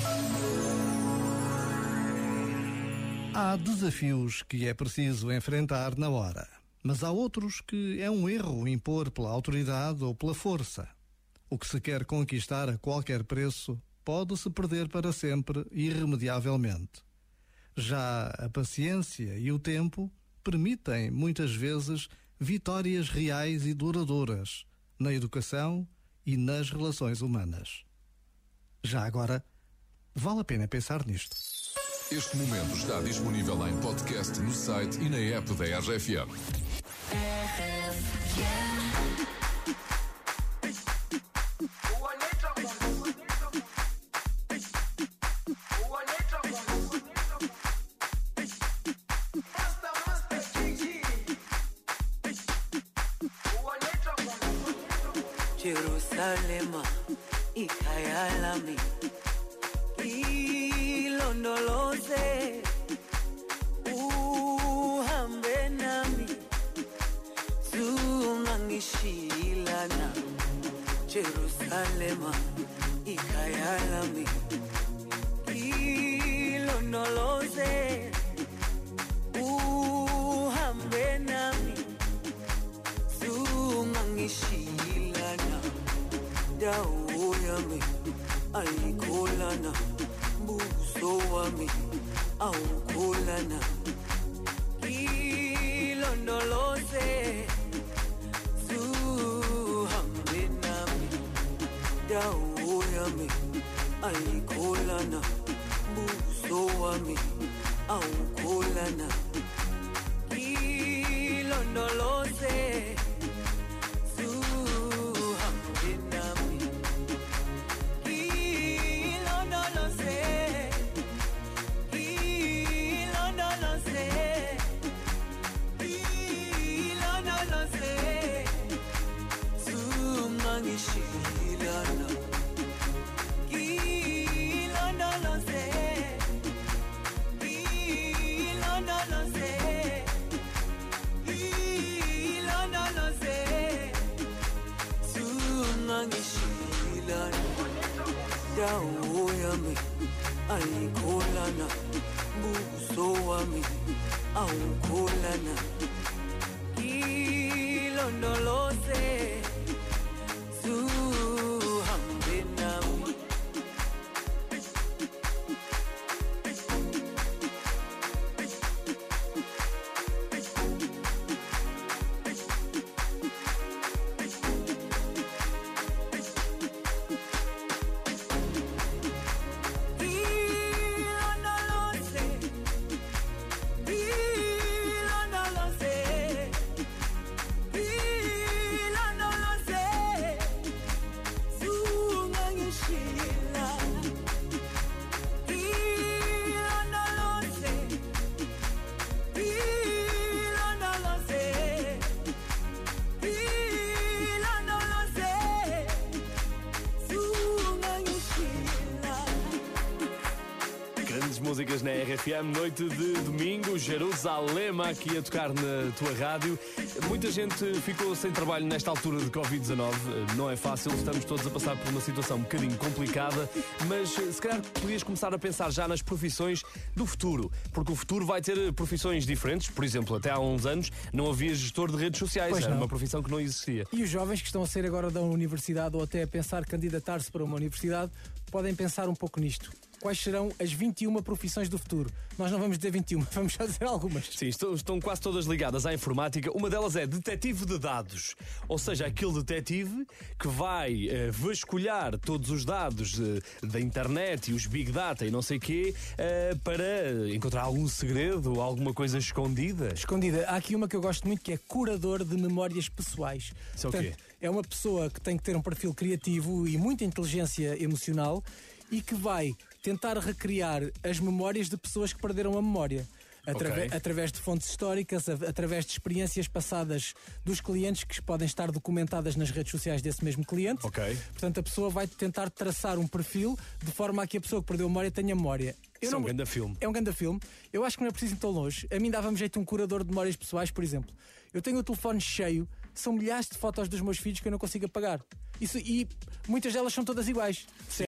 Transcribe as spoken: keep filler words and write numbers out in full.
Há desafios que é preciso enfrentar na hora, mas há outros que é um erro impor pela autoridade ou pela força. O que se quer conquistar a qualquer preço pode-se perder para sempre irremediavelmente. Já a paciência e o tempo permitem, muitas vezes, vitórias reais e duradouras na educação e nas relações humanas. Já agora, vale a pena pensar nisto. Este momento está disponível em podcast no site e na app da R J F M. Jerusalema ikhaya lami ilondoloze uhambe nami zungangishilana Jerusalema ikhaya lami ilondoloze uhambe nami zungangishilana dawo yami ayikholana buso wami awukholana ilondoloze zuhambe nami dawo yami ayikholana buso wami awukholana ilondoloze Shilana, Ilondoloze, Ilondoloze, Ilondoloze, Zungangishilana, dawo yami ayikholana, buso wami awukholana, Ilondoloze. Grandes músicas na R F M, noite de domingo, Jerusalema aqui a tocar na tua rádio. Muita gente ficou sem trabalho nesta altura de covid dezanove, não é fácil, estamos todos a passar por uma situação um bocadinho complicada, mas se calhar podias começar a pensar já nas profissões do futuro, porque o futuro vai ter profissões diferentes. Por exemplo, até há uns anos não havia gestor de redes sociais, pois era não. Uma profissão que não existia. E os jovens que estão a sair agora da universidade ou até a pensar candidatar-se para uma universidade podem pensar um pouco nisto. Quais serão as vinte e uma profissões do futuro? Nós não vamos dizer vinte e uma, vamos só dizer algumas. Sim, estão, estão quase todas ligadas à informática. Uma delas é detetive de dados, ou seja, aquele detetive que vai uh, vasculhar todos os dados uh, da internet e os big data e não sei o quê uh, para encontrar algum segredo, alguma coisa escondida. Escondida. Há aqui uma que eu gosto muito que é curador de memórias pessoais. Isso é o quê? É uma pessoa que tem que ter um perfil criativo e muita inteligência emocional e que vai tentar recriar as memórias de pessoas que perderam a memória. Atrave- Okay. Através de fontes históricas, a- através de experiências passadas dos clientes que podem estar documentadas nas redes sociais desse mesmo cliente. Ok. Portanto, a pessoa vai tentar traçar um perfil de forma a que a pessoa que perdeu a memória tenha memória. Eu Isso é um não- grande filme. É um grande filme. Eu acho que não é preciso ir tão longe. A mim dava-me jeito um curador de memórias pessoais, por exemplo. Eu tenho o telefone cheio, são milhares de fotos dos meus filhos que eu não consigo apagar. Isso, e muitas delas são todas iguais.